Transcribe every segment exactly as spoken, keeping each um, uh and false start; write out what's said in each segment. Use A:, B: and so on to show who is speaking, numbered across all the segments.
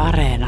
A: Areena.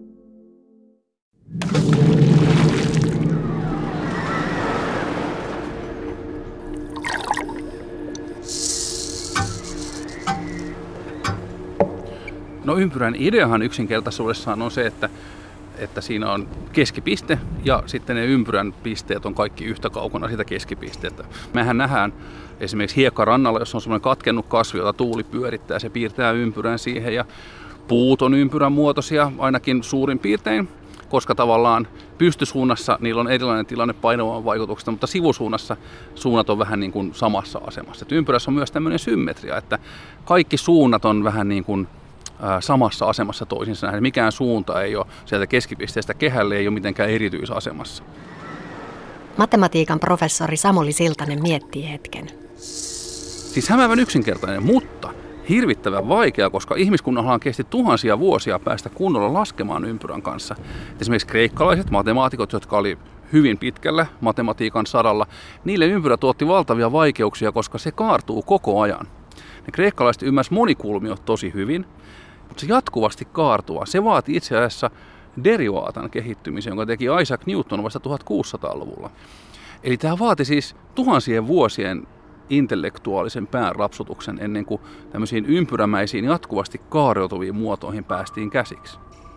B: No ympyrän ideahan yksinkertaisuudessaan on se, että, että siinä on keskipiste ja sitten ne ympyrän pisteet on kaikki yhtä kaukana siitä keskipisteestä. Mehän nähdään esimerkiksi hiekkarannalla, jossa on semmoinen katkennut kasvi, jota tuuli pyörittää, se piirtää ympyrän siihen ja puut on ympyrän muotoisia ainakin suurin piirtein, koska tavallaan pystysuunnassa niillä on erilainen tilanne painovan vaikutuksesta, mutta sivusuunnassa suunnat on vähän niin kuin samassa asemassa. Et ympyrässä on myös tämmöinen symmetria, että kaikki suunnat on vähän niin kuin samassa asemassa toisinsa nähden. Mikään suunta ei ole sieltä keskipisteestä kehälle, ei ole mitenkään erityisasemassa.
C: Matematiikan professori Samuli Siltanen miettii hetken.
B: Siis hämäävän yksinkertainen, mutta hirvittävän vaikea, koska ihmiskunnalla on kesti tuhansia vuosia päästä kunnolla laskemaan ympyrän kanssa. Esimerkiksi kreikkalaiset matemaatikot, jotka oli hyvin pitkällä matematiikan saralla, niille ympyrä tuotti valtavia vaikeuksia, koska se kaartuu koko ajan. Ne kreikkalaiset ymmärsivät monikulmiot tosi hyvin, mutta se jatkuvasti kaartua, se vaati itse asiassa derivaatan kehittymisen, jonka teki Isaac Newton vasta tuhatkuusisataaluvulla. Eli tämä vaati siis tuhansien vuosien intellektuaalisen päänrapsutuksen ennen kuin tämmöisiin ympyrämäisiin jatkuvasti kaareutuviin muotoihin päästiin käsiksi.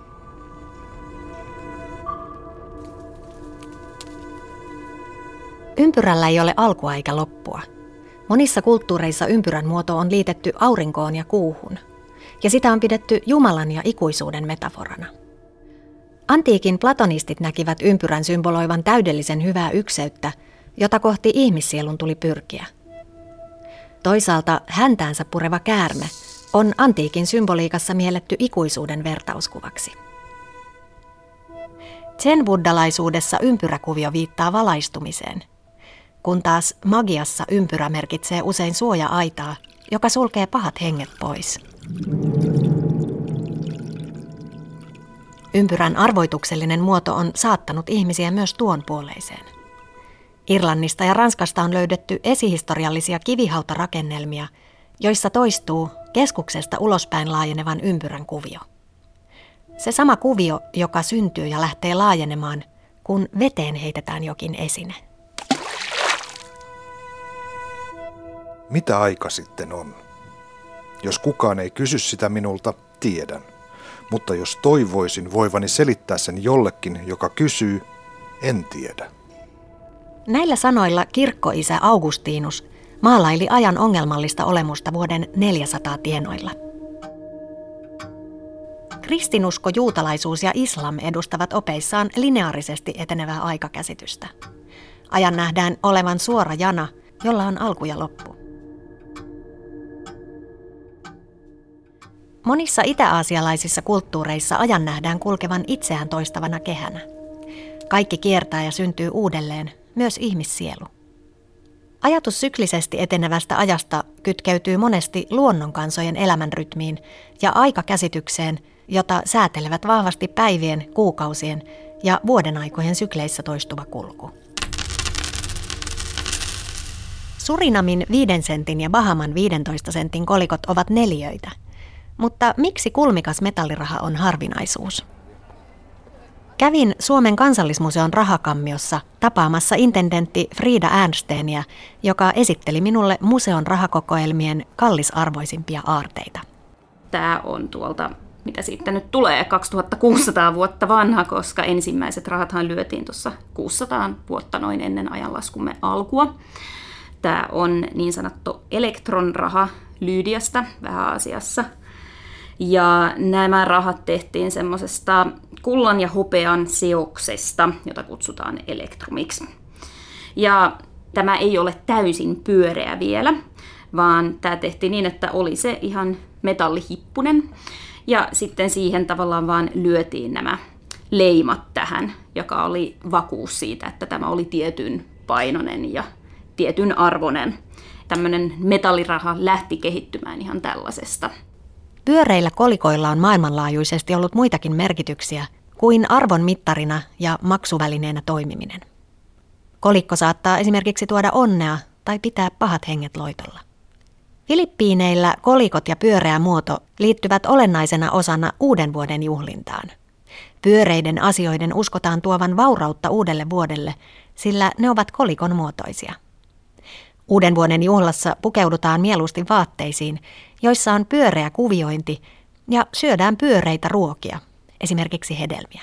C: Ympyrällä ei ole alkua eikä loppua. Monissa kulttuureissa ympyrän muoto on liitetty aurinkoon ja kuuhun, ja sitä on pidetty Jumalan ja ikuisuuden metaforana. Antiikin platonistit näkivät ympyrän symboloivan täydellisen hyvää ykseyttä, jota kohti ihmissielun tuli pyrkiä. Toisaalta häntäänsä pureva käärme on antiikin symboliikassa mielletty ikuisuuden vertauskuvaksi. Zen-buddalaisuudessa ympyräkuvio viittaa valaistumiseen, kun taas magiassa ympyrä merkitsee usein suoja-aitaa, joka sulkee pahat henget pois. Ympyrän arvoituksellinen muoto on saattanut ihmisiä myös tuon puoleiseen. Irlannista ja Ranskasta on löydetty esihistoriallisia kivihautarakennelmia, joissa toistuu keskuksesta ulospäin laajenevan ympyrän kuvio. Se sama kuvio, joka syntyy ja lähtee laajenemaan, kun veteen heitetään jokin esine.
D: Mitä aika sitten on? Jos kukaan ei kysy sitä minulta, tiedän. Mutta jos toivoisin voivani selittää sen jollekin, joka kysyy, en tiedä.
C: Näillä sanoilla kirkkoisä Augustinus maalaili ajan ongelmallista olemusta vuoden neljäsataa tienoilla. Kristinusko, juutalaisuus ja islam edustavat opeissaan lineaarisesti etenevää aikakäsitystä. Ajan nähdään olevan suora jana, jolla on alku ja loppu. Monissa itä-aasialaisissa kulttuureissa ajan nähdään kulkevan itseään toistavana kehänä. Kaikki kiertää ja syntyy uudelleen, myös ihmissielu. Ajatus syklisesti etenevästä ajasta kytkeytyy monesti luonnonkansojen elämänrytmiin ja aikakäsitykseen, jota säätelevät vahvasti päivien, kuukausien ja vuodenaikojen sykleissä toistuva kulku. Surinamin viiden sentin ja Bahaman viidentoista sentin kolikot ovat neliöitä. Mutta miksi kulmikas metalliraha on harvinaisuus? Kävin Suomen kansallismuseon rahakammiossa tapaamassa intendentti Frida Ernsteniä, joka esitteli minulle museon rahakokoelmien kallisarvoisimpia aarteita.
E: Tämä on tuolta, mitä siitä nyt tulee, kaksituhattakuusisataa vuotta vanha, koska ensimmäiset rahathan lyötiin tuossa kuusisataa vuotta noin ennen ajanlaskumme alkua. Tämä on niin sanottu elektronraha Lyydiasta, Vähä-Aasiassa. Ja nämä rahat tehtiin semmoisesta kullan ja hopean seoksesta, jota kutsutaan elektrumiksi. Ja tämä ei ole täysin pyöreä vielä, vaan tämä tehtiin niin, että oli se ihan metallihippunen. Ja sitten siihen tavallaan vaan lyötiin nämä leimat tähän, joka oli vakuus siitä, että tämä oli tietyn painoinen ja tietyn arvoinen. Tämmöinen metalliraha lähti kehittymään ihan tällaisesta.
C: Pyöreillä kolikoilla on maailmanlaajuisesti ollut muitakin merkityksiä kuin arvon mittarina ja maksuvälineenä toimiminen. Kolikko saattaa esimerkiksi tuoda onnea tai pitää pahat henget loitolla. Filippiineillä kolikot ja pyöreä muoto liittyvät olennaisena osana uuden vuoden juhlintaan. Pyöreiden asioiden uskotaan tuovan vaurautta uudelle vuodelle, sillä ne ovat kolikon muotoisia. Uuden vuoden juhlassa pukeudutaan mieluusti vaatteisiin, joissa on pyöreä kuviointi ja syödään pyöreitä ruokia, esimerkiksi hedelmiä.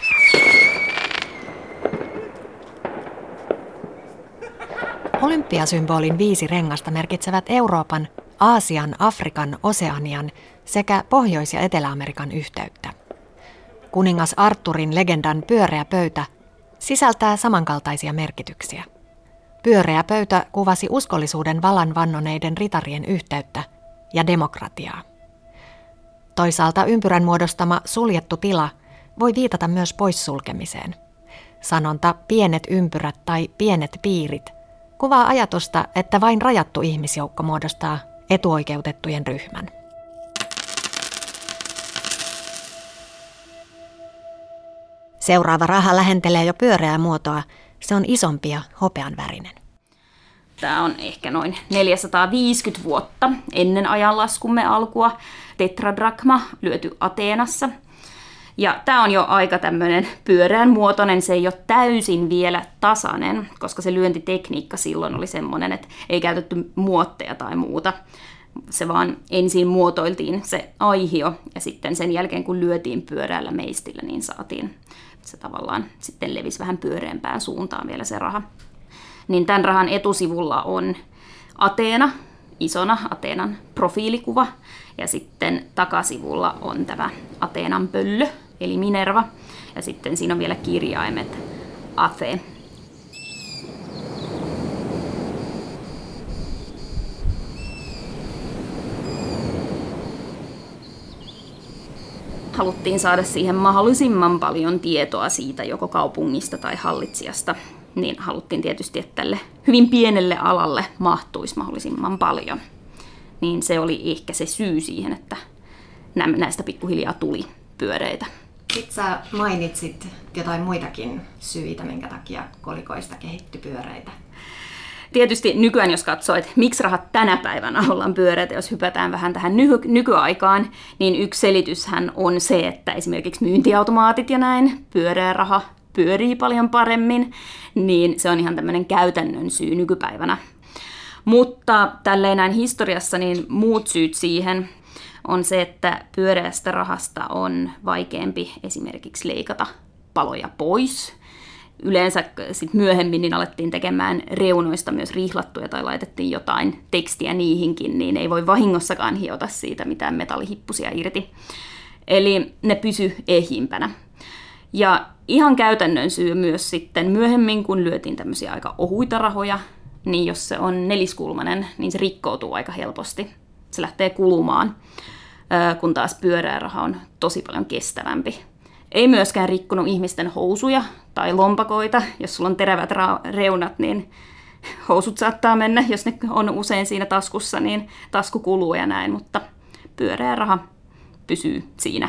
C: Olympiasymbolin viisi rengasta merkitsevät Euroopan, Aasian, Afrikan, Oseanian sekä Pohjois- ja Etelä-Amerikan yhteyttä. Kuningas Arthurin legendan pyöreä pöytä sisältää samankaltaisia merkityksiä. Pyöreä pöytä kuvasi uskollisuuden valan vannoneiden ritarien yhteyttä ja demokratiaa. Toisaalta ympyrän muodostama suljettu tila voi viitata myös poissulkemiseen. Sanonta pienet ympyrät tai pienet piirit kuvaa ajatusta, että vain rajattu ihmisjoukko muodostaa etuoikeutettujen ryhmän. Seuraava raha lähentelee jo pyöreää muotoa. Se on isompi ja hopeanvärinen.
E: Tämä on ehkä noin neljäsataaviisikymmentä vuotta ennen ajanlaskumme alkua. Tetradrakma lyöty Ateenassa. Ja tämä on jo aika tämmöinen pyöreän muotoinen, se ei ole täysin vielä tasainen, koska se lyöntitekniikka silloin oli semmoinen, että ei käytetty muotteja tai muuta. Se vaan ensin muotoiltiin se aihio ja sitten sen jälkeen kun lyötiin pyöreällä meistillä, niin saatiin se tavallaan sitten levisi vähän pyöreämpään suuntaan vielä se raha. Niin tämän rahan etusivulla on Ateena, isona Ateenan profiilikuva, ja sitten takasivulla on tämä Ateenan pöllö, eli Minerva, ja sitten siinä on vielä kirjaimet Athe. Haluttiin saada siihen mahdollisimman paljon tietoa siitä joko kaupungista tai hallitsijasta, niin haluttiin tietysti, että tälle hyvin pienelle alalle mahtuisi mahdollisimman paljon. Niin se oli ehkä se syy siihen, että näistä pikkuhiljaa tuli pyöreitä.
C: Sitten sä mainitsit jotain muitakin syitä, minkä takia kolikoista kehittyi pyöreitä.
E: Tietysti nykyään, jos katsoo, että miksi rahat tänä päivänä ollaan pyöreitä, jos hypätään vähän tähän nyky- nykyaikaan, niin yksi selityshän on se, että esimerkiksi myyntiautomaatit ja näin, pyöreä raha pyörii paljon paremmin, niin se on ihan tämmöinen käytännön syy nykypäivänä. Mutta tälleen näin historiassa, niin muut syyt siihen on se, että pyöreästä rahasta on vaikeampi esimerkiksi leikata paloja pois. Yleensä sit myöhemmin niin alettiin tekemään reunoista myös rihlattuja tai laitettiin jotain tekstiä niihinkin, niin ei voi vahingossakaan hiota siitä mitään metallihippusia irti. Eli ne pysy ehjimpänä. Ja ihan käytännön syy myös sitten myöhemmin, kun lyötiin tämmöisiä aika ohuita rahoja, niin jos se on neliskulmainen, niin se rikkoutuu aika helposti. Se lähtee kulumaan, kun taas pyöreä raha on tosi paljon kestävämpi. Ei myöskään rikkonut ihmisten housuja tai lompakoita. Jos sulla on terävät ra- reunat, niin housut saattaa mennä. Jos ne on usein siinä taskussa, niin tasku kuluu ja näin, mutta pyöreä raha pysyy siinä.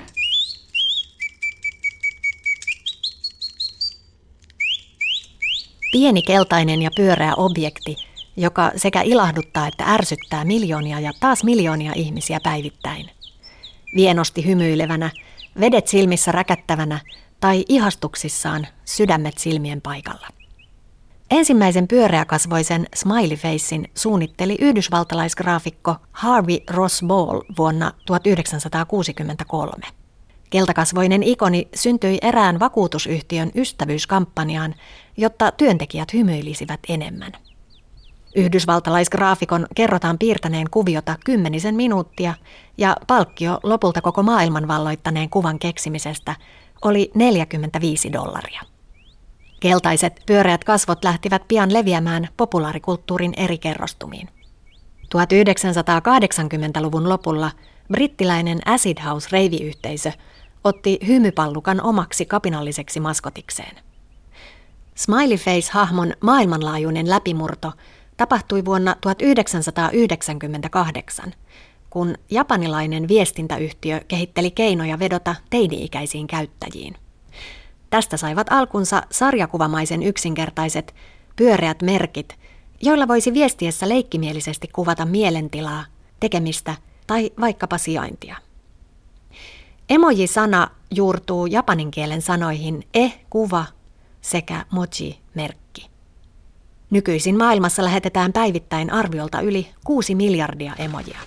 C: Pieni keltainen ja pyöreä objekti, joka sekä ilahduttaa että ärsyttää miljoonia ja taas miljoonia ihmisiä päivittäin. Vienosti hymyilevänä, vedet silmissä räkättävänä tai ihastuksissaan sydämet silmien paikalla. Ensimmäisen pyöreäkasvoisen smiley facein suunnitteli yhdysvaltalaisgraafikko Harvey Ross Ball vuonna tuhatyhdeksänsataakuusikymmentäkolme. Keltakasvoinen ikoni syntyi erään vakuutusyhtiön ystävyyskampanjaan, jotta työntekijät hymyilisivät enemmän. Yhdysvaltalaisgraafikon kerrotaan piirtäneen kuviota kymmenisen minuuttia ja palkkio lopulta koko maailman valloittaneen kuvan keksimisestä oli neljäkymmentäviisi dollaria. Keltaiset pyöreät kasvot lähtivät pian leviämään populaarikulttuurin eri kerrostumiin. tuhatyhdeksänsataakahdeksankymmentäluvun lopulla brittiläinen Acid House-reiviyhteisö otti hymypallukan omaksi kapinalliseksi maskotikseen. Smiley Face-hahmon maailmanlaajuinen läpimurto tapahtui vuonna tuhatyhdeksänsataayhdeksänkymmentäkahdeksan, kun japanilainen viestintäyhtiö kehitteli keinoja vedota teini-ikäisiin käyttäjiin. Tästä saivat alkunsa sarjakuvamaisen yksinkertaiset, pyöreät merkit, joilla voisi viestiessä leikkimielisesti kuvata mielentilaa, tekemistä tai vaikkapa sijaintia. Emoji-sana juurtuu japanin kielen sanoihin e-kuva sekä moji-merkki. Nykyisin maailmassa lähetetään päivittäin arviolta yli kuusi miljardia emojia.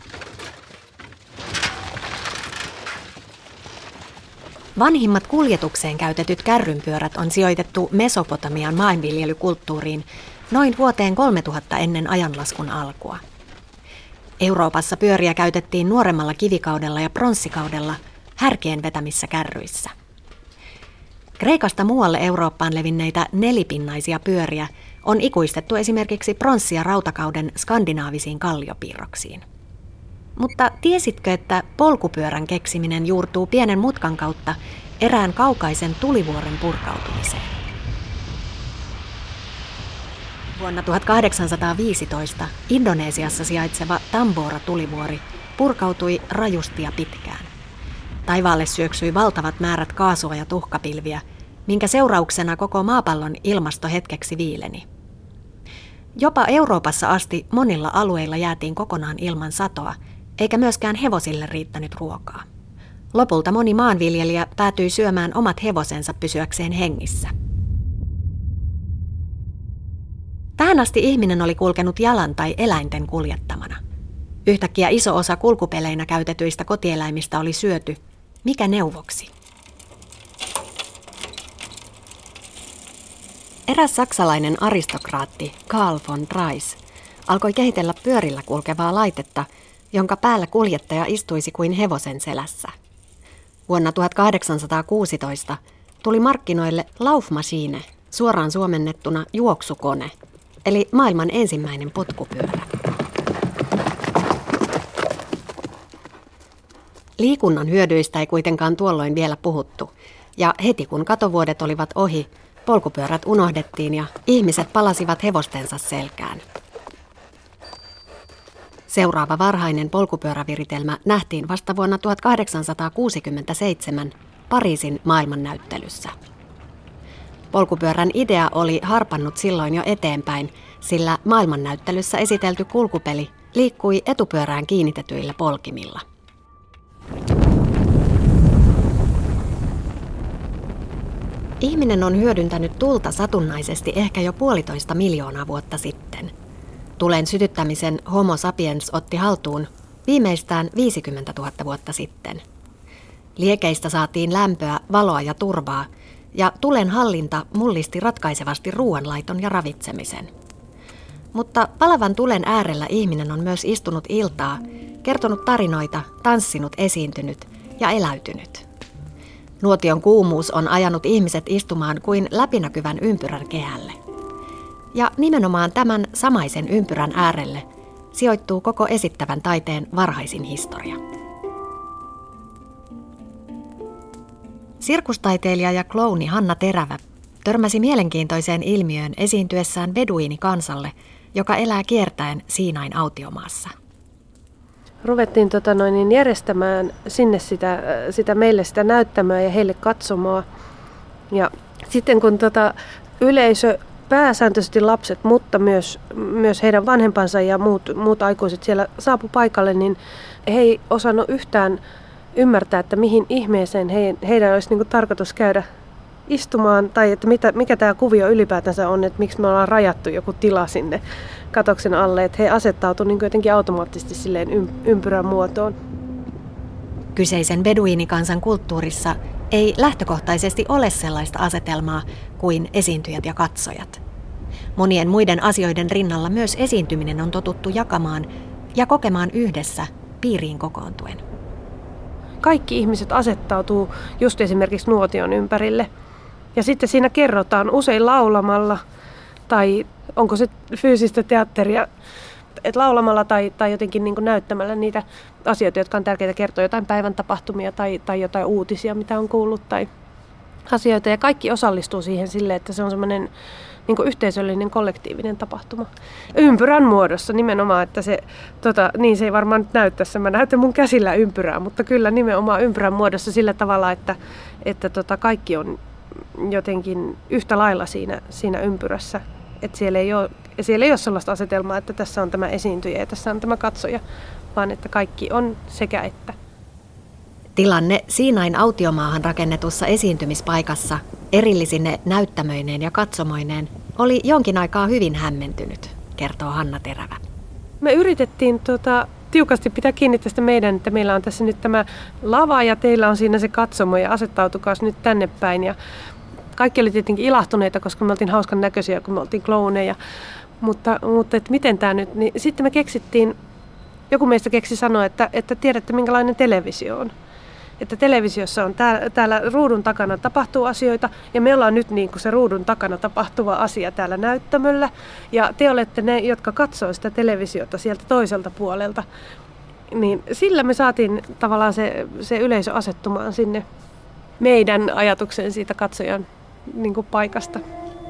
C: Vanhimmat kuljetukseen käytetyt kärrynpyörät on sijoitettu Mesopotamian maanviljelykulttuuriin noin vuoteen kolmetuhatta ennen ajanlaskun alkua. Euroopassa pyöriä käytettiin nuoremmalla kivikaudella ja pronssikaudella härkien vetämissä kärryissä. Kreikasta muualle Eurooppaan levinneitä nelipinnaisia pyöriä on ikuistettu esimerkiksi pronssi- ja rautakauden skandinaavisiin kalliopiirroksiin. Mutta tiesitkö, että polkupyörän keksiminen juurtuu pienen mutkan kautta erään kaukaisen tulivuoren purkautumiseen? Vuonna tuhatkahdeksansataaviisitoista Indonesiassa sijaitseva Tambora-tulivuori purkautui rajusti ja pitkään. Taivaalle syöksyi valtavat määrät kaasua ja tuhkapilviä, minkä seurauksena koko maapallon ilmasto hetkeksi viileni. Jopa Euroopassa asti monilla alueilla jäätiin kokonaan ilman satoa, eikä myöskään hevosille riittänyt ruokaa. Lopulta moni maanviljelijä päätyi syömään omat hevosensa pysyäkseen hengissä. Tähän asti ihminen oli kulkenut jalan tai eläinten kuljettamana. Yhtäkkiä iso osa kulkupeleinä käytetyistä kotieläimistä oli syöty. Mikä neuvoksi? Eräs saksalainen aristokraatti Karl von Drais alkoi kehitellä pyörillä kulkevaa laitetta, jonka päällä kuljettaja istuisi kuin hevosen selässä. Vuonna tuhatkahdeksansataakuusitoista tuli markkinoille Laufmaschine, suoraan suomennettuna juoksukone, eli maailman ensimmäinen potkupyörä. Liikunnan hyödyistä ei kuitenkaan tuolloin vielä puhuttu, ja heti kun katovuodet olivat ohi, polkupyörät unohdettiin ja ihmiset palasivat hevostensa selkään. Seuraava varhainen polkupyöräviritelmä nähtiin vasta vuonna tuhatkahdeksansataakuusikymmentäseitsemän Pariisin maailmannäyttelyssä. Polkupyörän idea oli harpannut silloin jo eteenpäin, sillä maailmannäyttelyssä esitelty kulkupeli liikkui etupyörään kiinnitetyillä polkimilla. Ihminen on hyödyntänyt tulta satunnaisesti ehkä jo puolitoista miljoonaa vuotta sitten. Tulen sytyttämisen Homo sapiens otti haltuun viimeistään viisikymmentätuhatta vuotta sitten. Liekeistä saatiin lämpöä, valoa ja turvaa, ja tulen hallinta mullisti ratkaisevasti ruoanlaiton ja ravitsemisen. Mutta palavan tulen äärellä ihminen on myös istunut iltaa, kertonut tarinoita, tanssinut, esiintynyt ja eläytynyt. Nuotion kuumuus on ajanut ihmiset istumaan kuin läpinäkyvän ympyrän kehälle. Ja nimenomaan tämän samaisen ympyrän äärelle sijoittuu koko esittävän taiteen varhaisin historia. Sirkustaiteilija ja klouni Hanna Terävä törmäsi mielenkiintoiseen ilmiöön esiintyessään beduiinikansalle, joka elää kiertäen Siinain autiomaassa.
A: Ruvettiin tota noin, niin järjestämään sinne sitä, sitä meille sitä näyttämöä ja heille katsomoa. Ja sitten kun tota yleisö, pääsääntöisesti lapset, mutta myös, myös heidän vanhempansa ja muut, muut aikuiset siellä saapu paikalle, niin he ei osannut yhtään ymmärtää, että mihin ihmeeseen he, heidän olisi niin kuin tarkoitus käydä istumaan, tai että mitä, mikä tämä kuvio ylipäätänsä on, että miksi me ollaan rajattu joku tila sinne katoksen alle, että he asettautuivat niin jotenkin automaattisesti silleen ympyrän muotoon.
C: Kyseisen beduiinikansan kulttuurissa ei lähtökohtaisesti ole sellaista asetelmaa kuin esiintyjät ja katsojat. Monien muiden asioiden rinnalla myös esiintyminen on totuttu jakamaan ja kokemaan yhdessä piiriin kokoontuen.
A: Kaikki ihmiset asettautuu just esimerkiksi nuotion ympärille. Ja sitten siinä kerrotaan usein laulamalla, tai onko se fyysistä teatteria, että laulamalla tai, tai jotenkin niin kuin näyttämällä niitä asioita, jotka on tärkeitä kertoa, jotain päivän tapahtumia tai, tai jotain uutisia, mitä on kuullut, tai asioita. Ja kaikki osallistuu siihen sille, että se on semmoinen niin kuin yhteisöllinen, kollektiivinen tapahtuma. Ympyrän muodossa nimenomaan, että se, tota, niin se ei varmaan nyt näy tässä, mä näytän mun käsillä ympyrää, mutta kyllä nimenomaan ympyrän muodossa sillä tavalla, että, että tota, kaikki on jotenkin yhtä lailla siinä, siinä ympyrässä. Että siellä ei ole, siellä ei ole sellaista asetelmaa, että tässä on tämä esiintyjä ja tässä on tämä katsoja, vaan että kaikki on sekä että.
C: Tilanne Siinain autiomaahan rakennetussa esiintymispaikassa erillisine näyttämöineen ja katsomoineen oli jonkin aikaa hyvin hämmentynyt, kertoo Hanna Terävä.
A: Me yritettiin tota, tiukasti pitää kiinni tästä meidän, että meillä on tässä nyt tämä lava ja teillä on siinä se katsomo ja asettautukaas nyt tänne päin. Ja kaikki oli tietenkin ilahtuneita, koska me oltiin hauskan näköisiä, kun me oltiin klooneja. Mutta, mutta että miten tämä nyt, niin sitten me keksittiin, joku meistä keksi sanoa, että, että tiedätte minkälainen televisio on. Että televisiossa on täällä, täällä ruudun takana tapahtuu asioita ja me ollaan nyt niin kuin se ruudun takana tapahtuva asia täällä näyttämöllä. Ja te olette ne, jotka katsoo sitä televisiota sieltä toiselta puolelta. Niin sillä me saatiin tavallaan se, se yleisö asettumaan sinne meidän ajatukseen siitä katsojan niin kuin paikasta.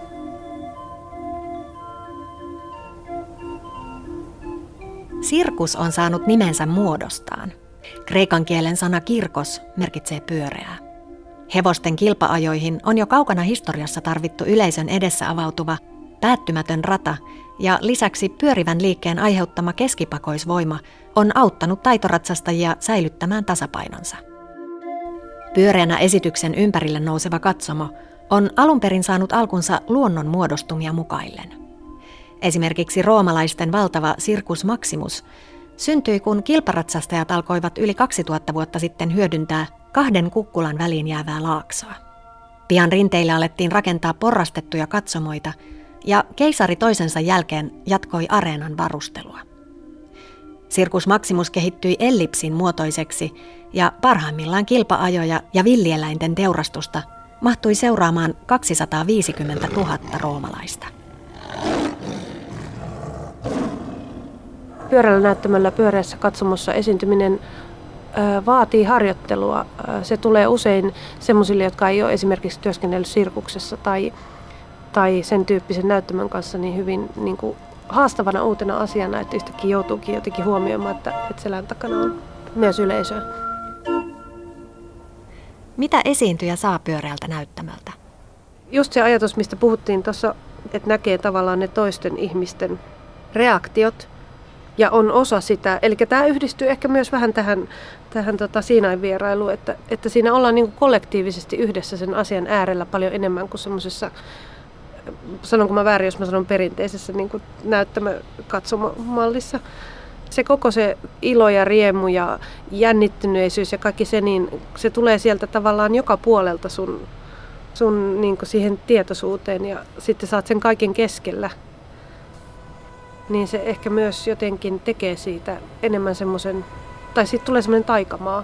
C: Sirkus on saanut nimensä muodostaan. Kreikan kielen sana kirkos merkitsee pyöreää. Hevosten kilpaajoihin on jo kaukana historiassa tarvittu yleisön edessä avautuva, päättymätön rata ja lisäksi pyörivän liikkeen aiheuttama keskipakoisvoima on auttanut taitoratsastajia säilyttämään tasapainonsa. Pyöreänä esityksen ympärille nouseva katsomo on alun perin saanut alkunsa luonnon muodostumia mukaillen. Esimerkiksi roomalaisten valtava Circus Maximus syntyi, kun kilparatsastajat alkoivat yli kaksituhatta vuotta sitten hyödyntää kahden kukkulan väliin jäävää laaksoa. Pian rinteille alettiin rakentaa porrastettuja katsomoita ja keisari toisensa jälkeen jatkoi areenan varustelua. Circus Maximus kehittyi ellipsin muotoiseksi ja parhaimmillaan kilpaajoja ja villieläinten teurastusta mahtui seuraamaan kaksisataaviisikymmentätuhatta roomalaista.
A: Pyörällä näyttämällä pyöreässä katsomossa esiintyminen ö, vaatii harjoittelua. Ö, se tulee usein semmoisille, jotka ei ole esimerkiksi työskennellyt sirkuksessa tai, tai sen tyyppisen näyttämön kanssa niin hyvin niin kuin haastavana uutena asiana, että yhtäkkiä joutuukin jotenkin huomioimaan, että, että selän takana on myös yleisöä.
C: Mitä esiintyjä saa pyöreältä näyttämöltä?
A: Just se ajatus, mistä puhuttiin tuossa, että näkee tavallaan ne toisten ihmisten reaktiot ja on osa sitä. Eli tämä yhdistyy ehkä myös vähän tähän, tähän tota Siinain vierailuun, että, että siinä ollaan niin kuin kollektiivisesti yhdessä sen asian äärellä paljon enemmän kuin semmoisessa, sanonko mä väärin, jos mä sanon perinteisessä niin kuin näyttämökatsomomallissa. Se koko se ilo ja riemu ja jännittyneisyys ja kaikki se, niin se tulee sieltä tavallaan joka puolelta sun, sun niin kuin siihen tietoisuuteen ja sitten saat sen kaiken keskellä. Niin se ehkä myös jotenkin tekee siitä enemmän semmoisen, tai siitä tulee semmoinen taikamaa.